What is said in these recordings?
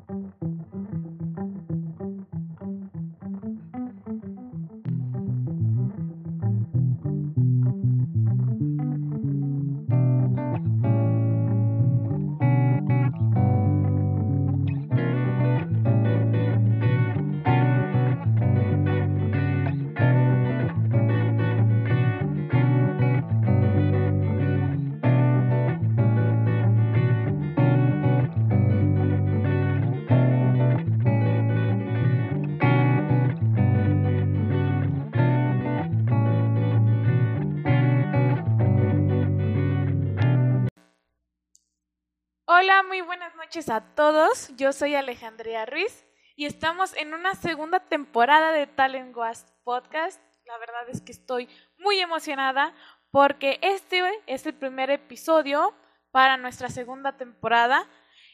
Hola, muy buenas noches a todos. Yo soy Alejandría Ruiz y estamos en una segunda temporada de Talent Was Podcast. La verdad es que estoy muy emocionada porque este es el primer episodio para nuestra segunda temporada,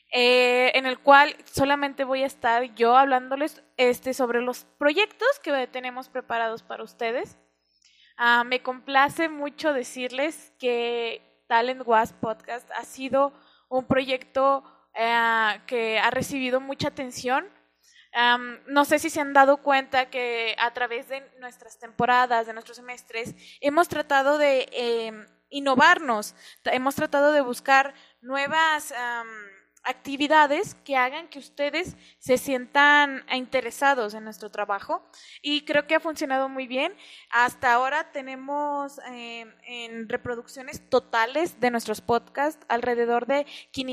en el cual solamente voy a estar yo hablándoles sobre los proyectos que tenemos preparados para ustedes. Me complace mucho decirles que Talent Was Podcast ha sido un proyecto que ha recibido mucha atención. No sé si se han dado cuenta que a través de nuestras temporadas, de nuestros semestres, hemos tratado de innovarnos, hemos tratado de buscar nuevas actividades que hagan que ustedes se sientan interesados en nuestro trabajo, y creo que ha funcionado muy bien. Hasta ahora tenemos en reproducciones totales de nuestros podcasts alrededor de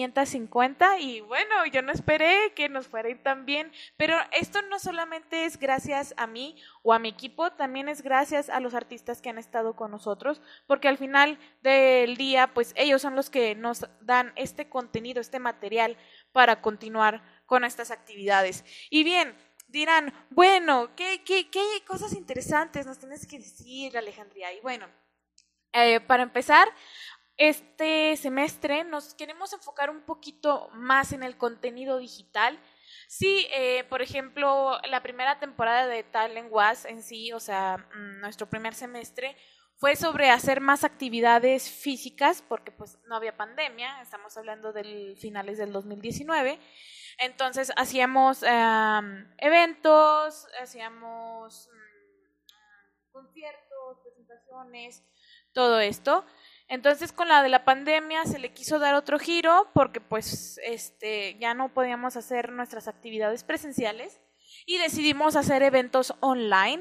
550, y bueno, yo no esperé que nos fuera a ir tan bien, pero esto no solamente es gracias a mí o a mi equipo, también es gracias a los artistas que han estado con nosotros, porque al final del día, pues ellos son los que nos dan este contenido, este material para continuar con estas actividades. Y bien, dirán, bueno, ¿qué cosas interesantes nos tienes que decir, Alejandría? Y bueno, para empezar, este semestre nos queremos enfocar un poquito más en el contenido digital. Sí, por ejemplo, la primera temporada de Talent Was en sí, o sea, nuestro primer semestre, fue sobre hacer más actividades físicas, porque pues no había pandemia, estamos hablando de finales del 2019. Entonces hacíamos eventos, hacíamos conciertos, presentaciones, todo esto. Entonces con la de la pandemia se le quiso dar otro giro, porque pues ya no podíamos hacer nuestras actividades presenciales y decidimos hacer eventos online,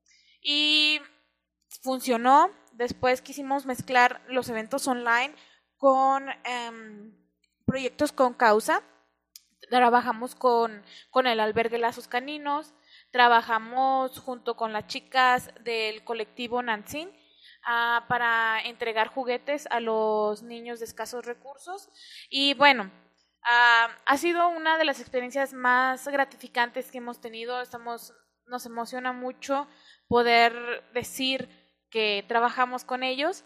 y funcionó. Después quisimos mezclar los eventos online con proyectos con causa. Trabajamos con el albergue Lazos Caninos, trabajamos junto con las chicas del colectivo Nansin para entregar juguetes a los niños de escasos recursos. Y bueno, ha sido una de las experiencias más gratificantes que hemos tenido. Nos emociona mucho poder decir que trabajamos con ellos,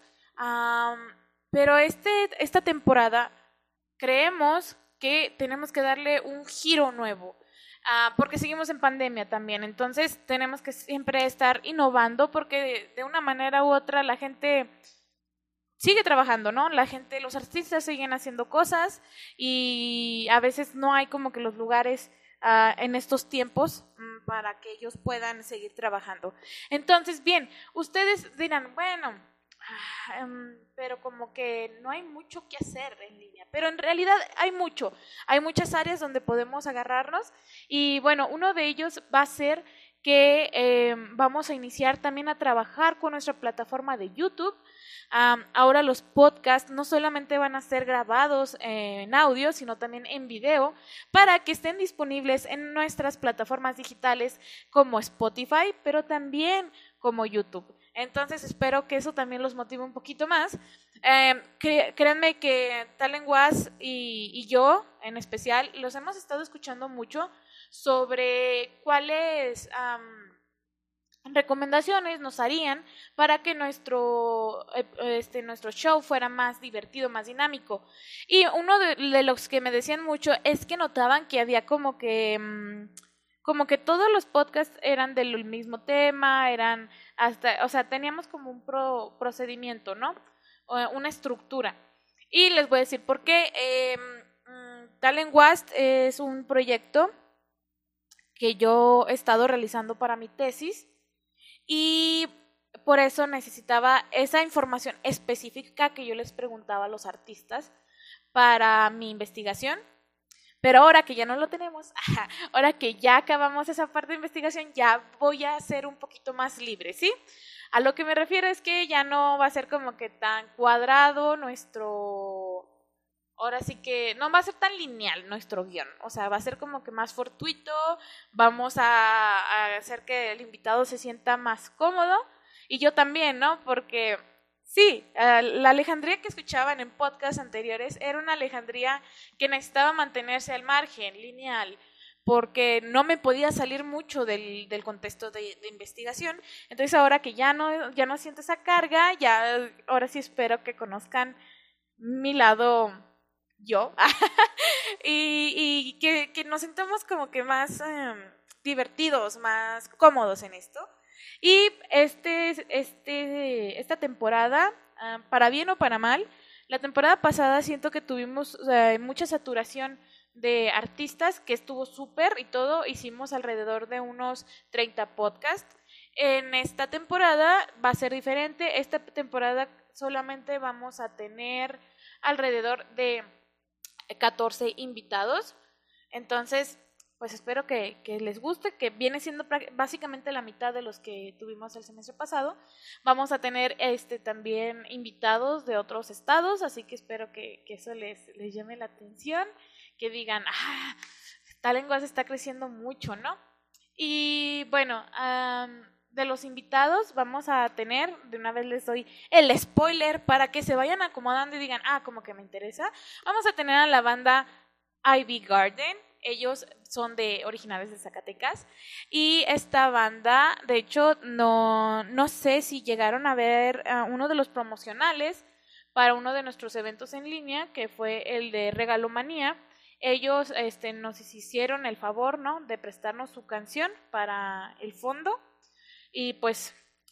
pero esta temporada creemos que tenemos que darle un giro nuevo, porque seguimos en pandemia también. Entonces tenemos que siempre estar innovando, porque de una manera u otra la gente sigue trabajando, ¿no? Los artistas siguen haciendo cosas, y a veces no hay como que los lugares en estos tiempos para que ellos puedan seguir trabajando. Entonces, bien, ustedes dirán, bueno, pero como que no hay mucho que hacer en línea, pero en realidad hay muchas áreas donde podemos agarrarnos. Y bueno, uno de ellos va a ser que vamos a iniciar también a trabajar con nuestra plataforma de YouTube. Ahora los podcasts no solamente van a ser grabados en audio, sino también en video, para que estén disponibles en nuestras plataformas digitales como Spotify, pero también como YouTube. Entonces espero que eso también los motive un poquito más. Créanme que Talent Was y yo en especial los hemos estado escuchando mucho sobre cuáles recomendaciones nos harían para que nuestro show fuera más divertido, más dinámico. Y uno de los que me decían mucho es que notaban que había como que todos los podcasts eran del mismo tema, eran o sea, teníamos como un procedimiento, ¿no? Una estructura. Y les voy a decir por qué. Talent Wast es un proyecto que yo he estado realizando para mi tesis y por eso necesitaba esa información específica que yo les preguntaba a los artistas para mi investigación. Pero ahora que ya no lo tenemos, ahora que ya acabamos esa parte de investigación, ya voy a ser un poquito más libre, ¿sí? A lo que me refiero es que ya no va a ser como que tan cuadrado ahora sí que no va a ser tan lineal nuestro guión, o sea, va a ser como que más fortuito, vamos a hacer que el invitado se sienta más cómodo y yo también, ¿no? Porque sí, la Alejandría que escuchaban en podcasts anteriores era una Alejandría que necesitaba mantenerse al margen, lineal, porque no me podía salir mucho del contexto de investigación. Entonces ahora que ya no siento esa carga, ya ahora sí espero que conozcan mi lado yo y que nos sintamos como que más divertidos, más cómodos en esto. Y esta temporada, para bien o para mal, la temporada pasada siento que tuvimos mucha saturación de artistas, que estuvo súper y todo, hicimos alrededor de unos 30 podcasts. En esta temporada va a ser diferente, esta temporada solamente vamos a tener alrededor de 14 invitados, entonces pues espero que les guste, que viene siendo básicamente la mitad de los que tuvimos el semestre pasado. Vamos a tener también invitados de otros estados, así que espero que eso les llame la atención, que digan, Talent Wast está creciendo mucho, ¿no? Y bueno, de los invitados vamos a tener, de una vez les doy el spoiler para que se vayan acomodando y digan, como que me interesa. Vamos a tener a la banda Ivy Garden. Ellos son originales de Zacatecas y esta banda, de hecho, no sé si llegaron a ver uno de los promocionales para uno de nuestros eventos en línea, que fue el de Regalomanía. Ellos nos hicieron el favor, ¿no?, de prestarnos su canción para el fondo y pues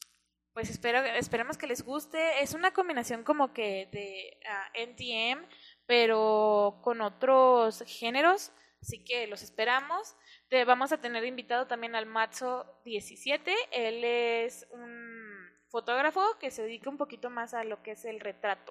esperemos que les guste. Es una combinación como que de NTM, pero con otros géneros, así que los esperamos. Vamos a tener invitado también al Matzo17. Él es un fotógrafo que se dedica un poquito más a lo que es el retrato.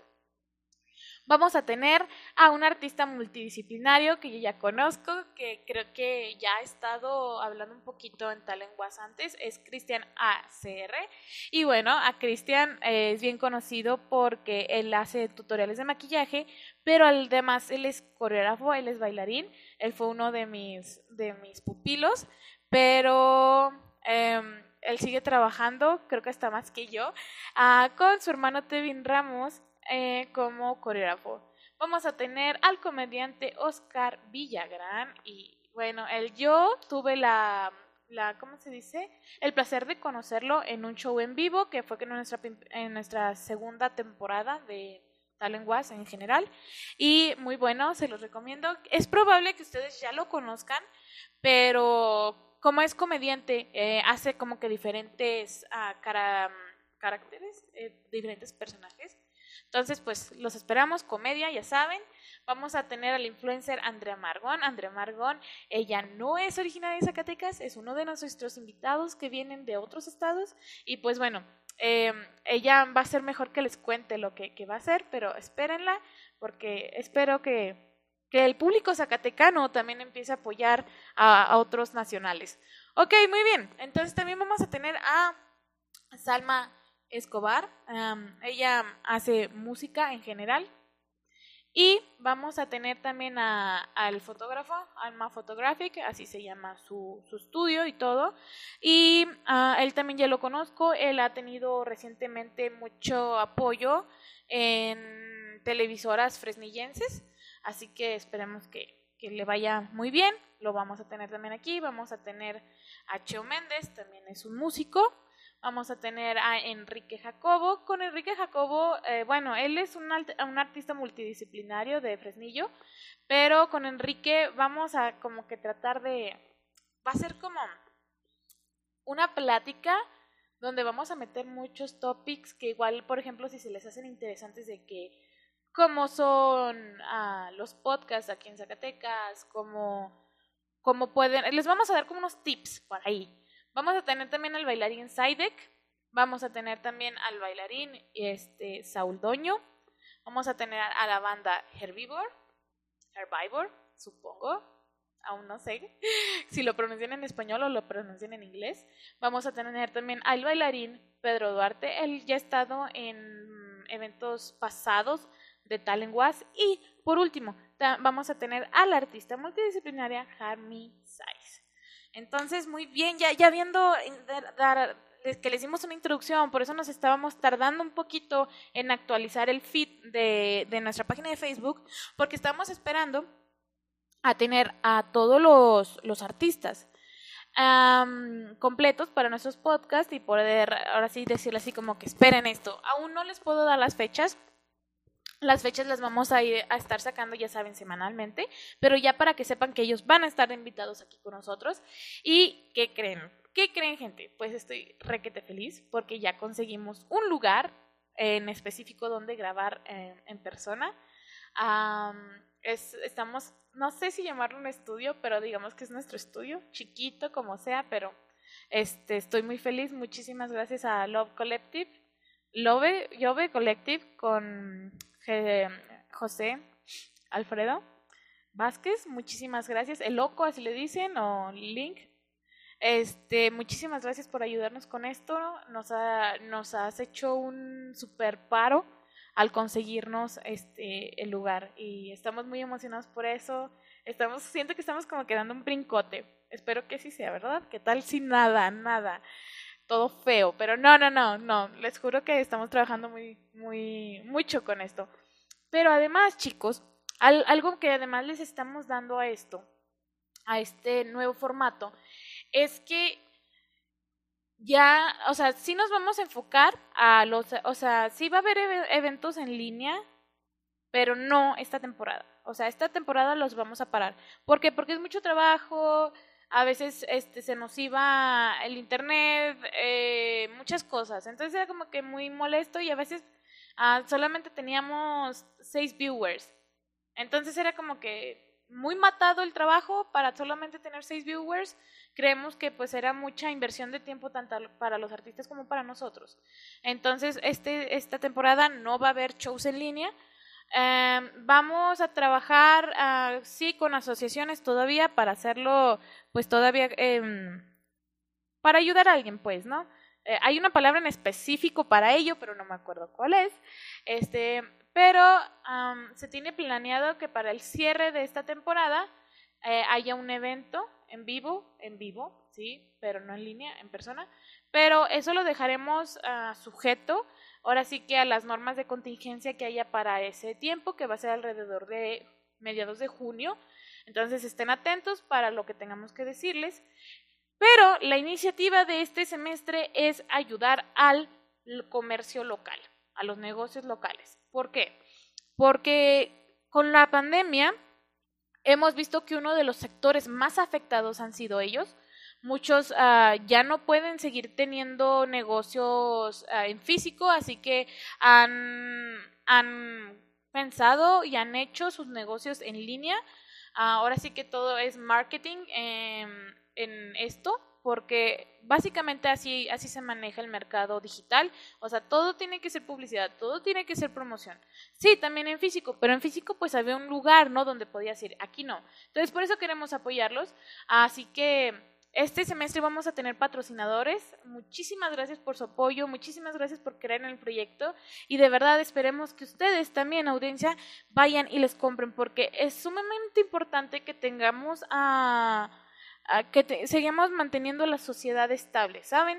Vamos a tener a un artista multidisciplinario que yo ya conozco, que creo que ya ha estado hablando un poquito en Talent Wast antes, es Cristian ACR. Y bueno, a Cristian es bien conocido porque él hace tutoriales de maquillaje, pero además él es coreógrafo, él es bailarín, él fue uno de mis pupilos, pero él sigue trabajando, creo que hasta más que yo, con su hermano Tevin Ramos, como coreógrafo. Vamos a tener al comediante Oscar Villagrán y bueno, yo tuve ¿cómo se dice? El placer de conocerlo en un show en vivo que fue en nuestra segunda temporada de Talent Wast en general y muy bueno, se los recomiendo. Es probable que ustedes ya lo conozcan, pero como es comediante, hace como que diferentes caracteres, diferentes personajes. Entonces, pues los esperamos, comedia, ya saben. Vamos a tener al influencer Andrea Margón. Andrea Margón, ella no es originaria de Zacatecas, es uno de nuestros invitados que vienen de otros estados. Y pues bueno, ella va a ser mejor que les cuente lo que va a hacer, pero espérenla, porque espero que el público zacatecano también empiece a apoyar a otros nacionales. Ok, muy bien. Entonces también vamos a tener a Salma Escobar, ella hace música en general. Y vamos a tener también al fotógrafo, Alma Photographic, así se llama su estudio y todo. Y él también ya lo conozco, él ha tenido recientemente mucho apoyo en televisoras fresnillenses, así que esperemos que le vaya muy bien. Lo vamos a tener también aquí. Vamos a tener a Cheo Méndez, también es un músico. Vamos a tener a Enrique Jacobo. Con Enrique Jacobo, bueno, él es un artista multidisciplinario de Fresnillo, pero con Enrique vamos a como que tratar va a ser como una plática donde vamos a meter muchos topics que igual, por ejemplo, si se les hacen interesantes de que como son los podcasts aquí en Zacatecas, como pueden, les vamos a dar como unos tips por ahí. Vamos a tener también al bailarín Saidek, vamos a tener también al bailarín Saúl Doño, vamos a tener a la banda Herbivore, supongo, aún no sé si lo pronuncian en español o lo pronuncian en inglés. Vamos a tener también al bailarín Pedro Duarte, él ya ha estado en eventos pasados de Talent Was. Y por último, vamos a tener a la artista multidisciplinaria Harmy Saiz. Entonces, muy bien, ya viendo que les dimos una introducción, por eso nos estábamos tardando un poquito en actualizar el feed de nuestra página de Facebook, porque estábamos esperando a tener a todos los artistas completos para nuestros podcasts y poder ahora sí decirles así como que esperen esto. Aún no les puedo dar las fechas. Las fechas las vamos a estar sacando, ya saben, semanalmente, pero ya para que sepan que ellos van a estar invitados aquí con nosotros. ¿Y qué creen? ¿Qué creen, gente? Pues estoy requete feliz porque ya conseguimos un lugar en específico donde grabar en persona. Estamos, no sé si llamarlo un estudio, pero digamos que es nuestro estudio, chiquito como sea, pero estoy muy feliz. Muchísimas gracias a Love Collective con José Alfredo Vázquez, muchísimas gracias. El Loco, así le dicen, o Link. Muchísimas gracias por ayudarnos con esto. Nos has hecho un super paro al conseguirnos el lugar y estamos muy emocionados por eso. Siento que estamos como quedando un brincote. Espero que sí sea, ¿verdad? ¿Qué tal si nada? Todo feo, pero no, les juro que estamos trabajando mucho con esto. Pero además, chicos, algo que además les estamos dando a este nuevo formato, es que ya, o sea, sí nos vamos a enfocar sí va a haber eventos en línea, pero no esta temporada. O sea, esta temporada los vamos a parar. ¿Por qué? Porque es mucho trabajo. A veces se nos iba el internet, muchas cosas. Entonces era como que muy molesto y a veces solamente teníamos 6 viewers. Entonces era como que muy matado el trabajo para solamente tener 6 viewers. Creemos que pues era mucha inversión de tiempo tanto para los artistas como para nosotros. Entonces esta temporada no va a haber shows en línea. Vamos a trabajar sí con asociaciones todavía para hacerlo pues todavía para ayudar a alguien pues, ¿no? Hay una palabra en específico para ello, pero no me acuerdo cuál es. Pero se tiene planeado que para el cierre de esta temporada haya un evento en vivo, sí, pero no en línea, en persona. Pero eso lo dejaremos sujeto, ahora sí que a las normas de contingencia que haya para ese tiempo, que va a ser alrededor de mediados de junio. Entonces estén atentos para lo que tengamos que decirles. Pero la iniciativa de este semestre es ayudar al comercio local, a los negocios locales. ¿Por qué? Porque con la pandemia hemos visto que uno de los sectores más afectados han sido ellos. Muchos ya no pueden seguir teniendo negocios en físico, así que han pensado y han hecho sus negocios en línea. Ahora sí que todo es marketing en esto, porque básicamente así se maneja el mercado digital. O sea, todo tiene que ser publicidad, todo tiene que ser promoción. Sí, también en físico, pero en físico pues había un lugar, ¿no?, donde podías ir. Aquí no. Entonces por eso queremos apoyarlos. Así que este semestre vamos a tener patrocinadores. Muchísimas gracias por su apoyo, muchísimas gracias por creer en el proyecto y de verdad esperemos que ustedes también, audiencia, vayan y les compren porque es sumamente importante que tengamos sigamos manteniendo la sociedad estable, ¿saben?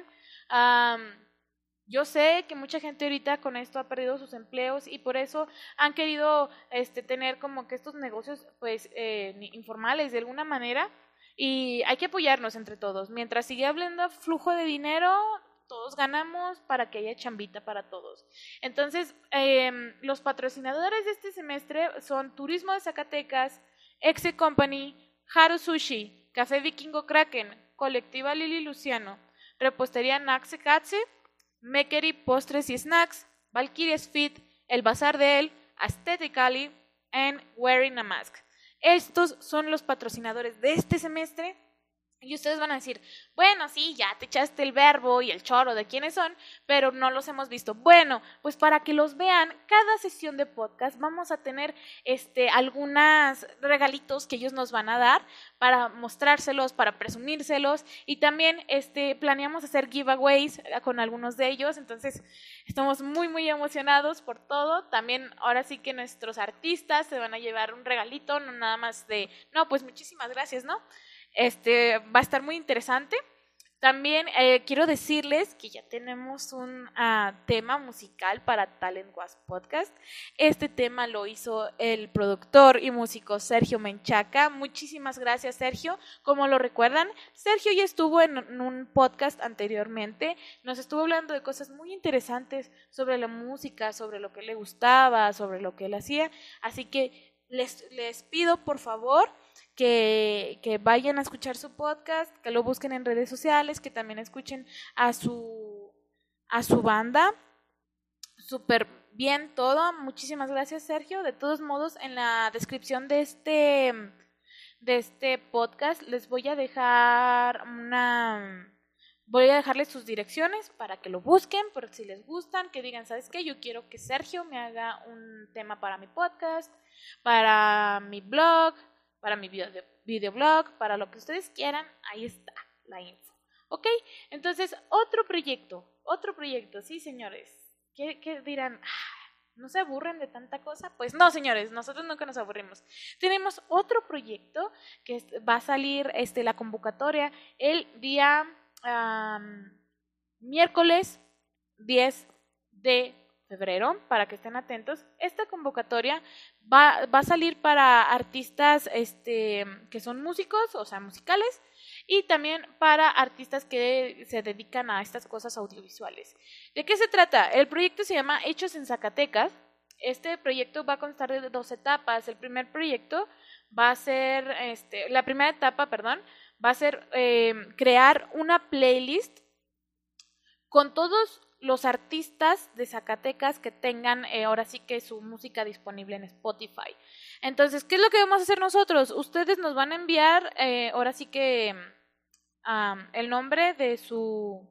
Yo sé que mucha gente ahorita con esto ha perdido sus empleos y por eso han querido tener como que estos negocios pues informales de alguna manera. Y hay que apoyarnos entre todos. Mientras sigue habiendo flujo de dinero, todos ganamos para que haya chambita para todos. Entonces, los patrocinadores de este semestre son Turismo de Zacatecas, Exe Company, Haru Sushi, Café Vikingo Kraken, Colectiva Lili Luciano, Repostería Naxe Katze, Mekery Postres y Snacks, Valkyries Fit, El Bazar de él, Aesthetically and Wearing a Mask. Estos son los patrocinadores de este semestre. Y ustedes van a decir, bueno, sí, ya te echaste el verbo y el choro de quiénes son, pero no los hemos visto. Bueno, pues para que los vean, cada sesión de podcast vamos a tener algunos regalitos que ellos nos van a dar para mostrárselos, para presumírselos, y también planeamos hacer giveaways con algunos de ellos. Entonces estamos muy muy emocionados por todo. También ahora sí que nuestros artistas se van a llevar un regalito, no nada más de, no, pues muchísimas gracias, ¿no? Va a estar muy interesante. También quiero decirles que ya tenemos un tema musical para Talent Was Podcast. Este tema lo hizo el productor y músico Sergio Menchaca. Muchísimas gracias, Sergio. Como lo recuerdan, Sergio ya estuvo en un podcast anteriormente. Nos estuvo hablando de cosas muy interesantes sobre la música, sobre lo que le gustaba, sobre lo que él hacía. Así que les pido, por favor, que vayan a escuchar su podcast, que lo busquen en redes sociales, que también escuchen a su banda. Súper bien todo. Muchísimas gracias, Sergio. De todos modos, en la descripción de este podcast les voy a dejar voy a dejarles sus direcciones para que lo busquen, por si les gustan, que digan, ¿sabes qué? Yo quiero que Sergio me haga un tema para mi podcast, para mi blog, para mi videoblog, para lo que ustedes quieran. Ahí está la info. ¿Ok? Entonces, otro proyecto, sí, señores. ¿Qué dirán? ¿No se aburren de tanta cosa? Pues no, señores, nosotros nunca nos aburrimos. Tenemos otro proyecto que va a salir la convocatoria el día miércoles 10 de febrero, para que estén atentos. Esta convocatoria va a salir para artistas que son músicos, o sea, musicales, y también para artistas que se dedican a estas cosas audiovisuales. ¿De qué se trata? El proyecto se llama Hechos en Zacatecas. Este proyecto va a constar de 2 etapas. El primer proyecto va a ser, la primera etapa, perdón, va a ser crear una playlist con todos los artistas de Zacatecas que tengan ahora sí que su música disponible en Spotify. Entonces, ¿qué es lo que vamos a hacer nosotros? Ustedes nos van a enviar ahora sí que el nombre de su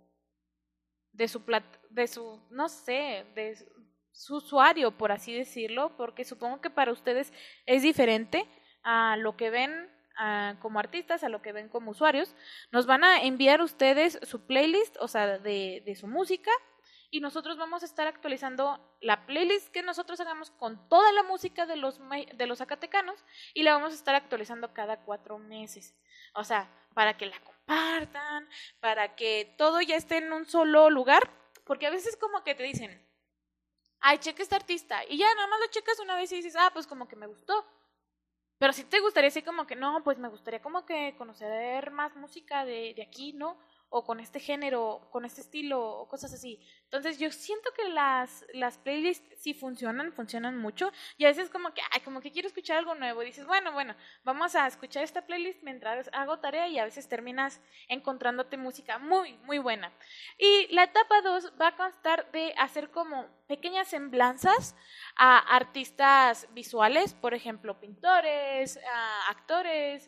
no sé, de su usuario, por así decirlo, porque supongo que para ustedes es diferente a lo que ven como artistas, a lo que ven como usuarios. Nos van a enviar ustedes su playlist, o sea, de su música, y nosotros vamos a estar actualizando la playlist que nosotros hagamos con toda la música de los zacatecanos, y la vamos a estar actualizando cada 4 meses. O sea, para que la compartan, para que todo ya esté en un solo lugar, porque a veces como que te dicen, ay, checa este artista, y ya nada más lo checas una vez y dices, pues como que me gustó. Pero si te gustaría así como que, no, pues me gustaría como que conocer más música de aquí, ¿no? O con este género, con este estilo, o cosas así. Entonces yo siento que las playlists sí funcionan mucho, y a veces como que quiero escuchar algo nuevo, y dices, bueno, vamos a escuchar esta playlist mientras hago tarea, y a veces terminas encontrándote música muy, muy buena. Y la etapa 2 va a constar de hacer como pequeñas semblanzas a artistas visuales, por ejemplo, pintores, actores.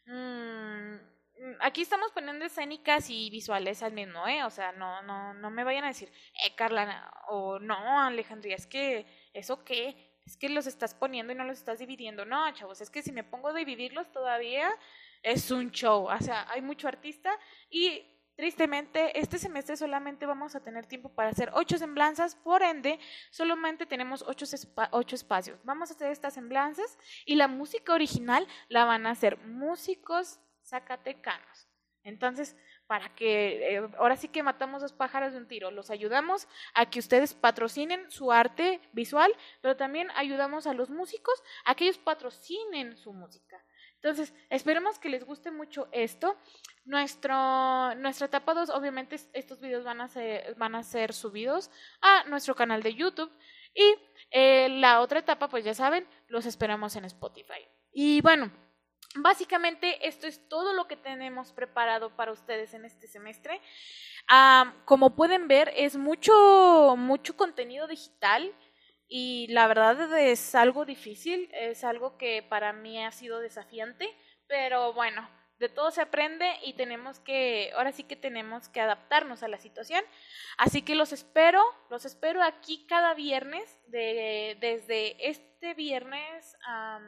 Aquí estamos poniendo escénicas y visuales al mismo, o sea, no me vayan a decir, Carla, o no, Alejandría, es que, ¿eso qué? Es que los estás poniendo y no los estás dividiendo. No, chavos, es que si me pongo a dividirlos todavía es un show. O sea, hay mucho artista, y tristemente este semestre solamente vamos a tener tiempo para hacer 8 semblanzas, por ende, solamente tenemos 8 espacios. Vamos a hacer estas semblanzas, y la música original la van a hacer músicos zacatecanos. Entonces, para que ahora sí que matamos 2 pájaros de un tiro, los ayudamos a que ustedes patrocinen su arte visual, pero también ayudamos a los músicos a que ellos patrocinen su música. Entonces, esperemos que les guste mucho esto. Nuestra etapa 2, obviamente estos videos van a ser subidos a nuestro canal de YouTube, y la otra etapa, pues ya saben, los esperamos en Spotify. Y bueno, básicamente esto es todo lo que tenemos preparado para ustedes en este semestre. Como pueden ver, es mucho contenido digital. y la verdad es algo difícil, es algo que para mí ha sido desafiante, pero bueno, de todo se aprende y ahora sí que tenemos que adaptarnos a la situación. Así que los espero aquí cada viernes, desde este viernes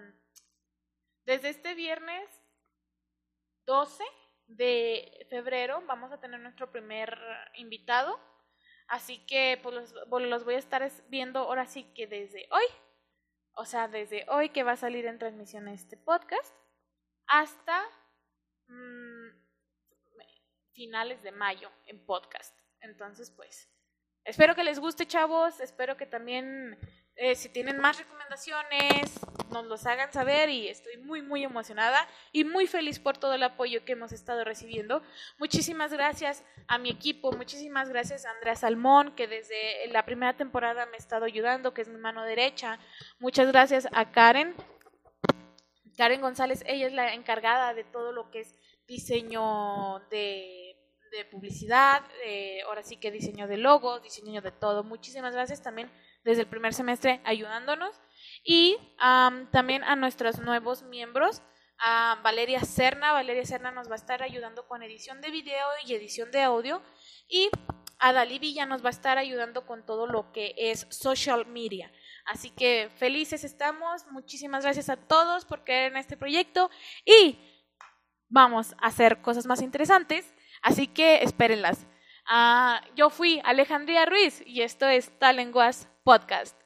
12 de febrero vamos a tener nuestro primer invitado. Así que pues los voy a estar viendo ahora sí que desde hoy, o sea, desde hoy que va a salir en transmisión este podcast, hasta finales de mayo en podcast. Entonces, pues, espero que les guste, chavos, espero que también si tienen más recomendaciones nos los hagan saber, y estoy muy muy emocionada y muy feliz por todo el apoyo que hemos estado recibiendo. Muchísimas gracias a mi equipo, muchísimas gracias a Andrea Salmón, que desde la primera temporada me ha estado ayudando, que es mi mano derecha. Muchas gracias a Karen González, ella es la encargada de todo lo que es diseño de publicidad, ahora sí que diseño de logos, diseño de todo. Muchísimas gracias también desde el primer semestre ayudándonos. Y también a nuestros nuevos miembros, a Valeria Serna. Valeria Serna nos va a estar ayudando con edición de video y edición de audio. Y a Dalí Villa nos va a estar ayudando con todo lo que es social media. Así que felices estamos. Muchísimas gracias a todos por creer en este proyecto. Y vamos a hacer cosas más interesantes. Así que espérenlas. Yo fui Alejandría Ruiz y esto es Talenguas Podcast.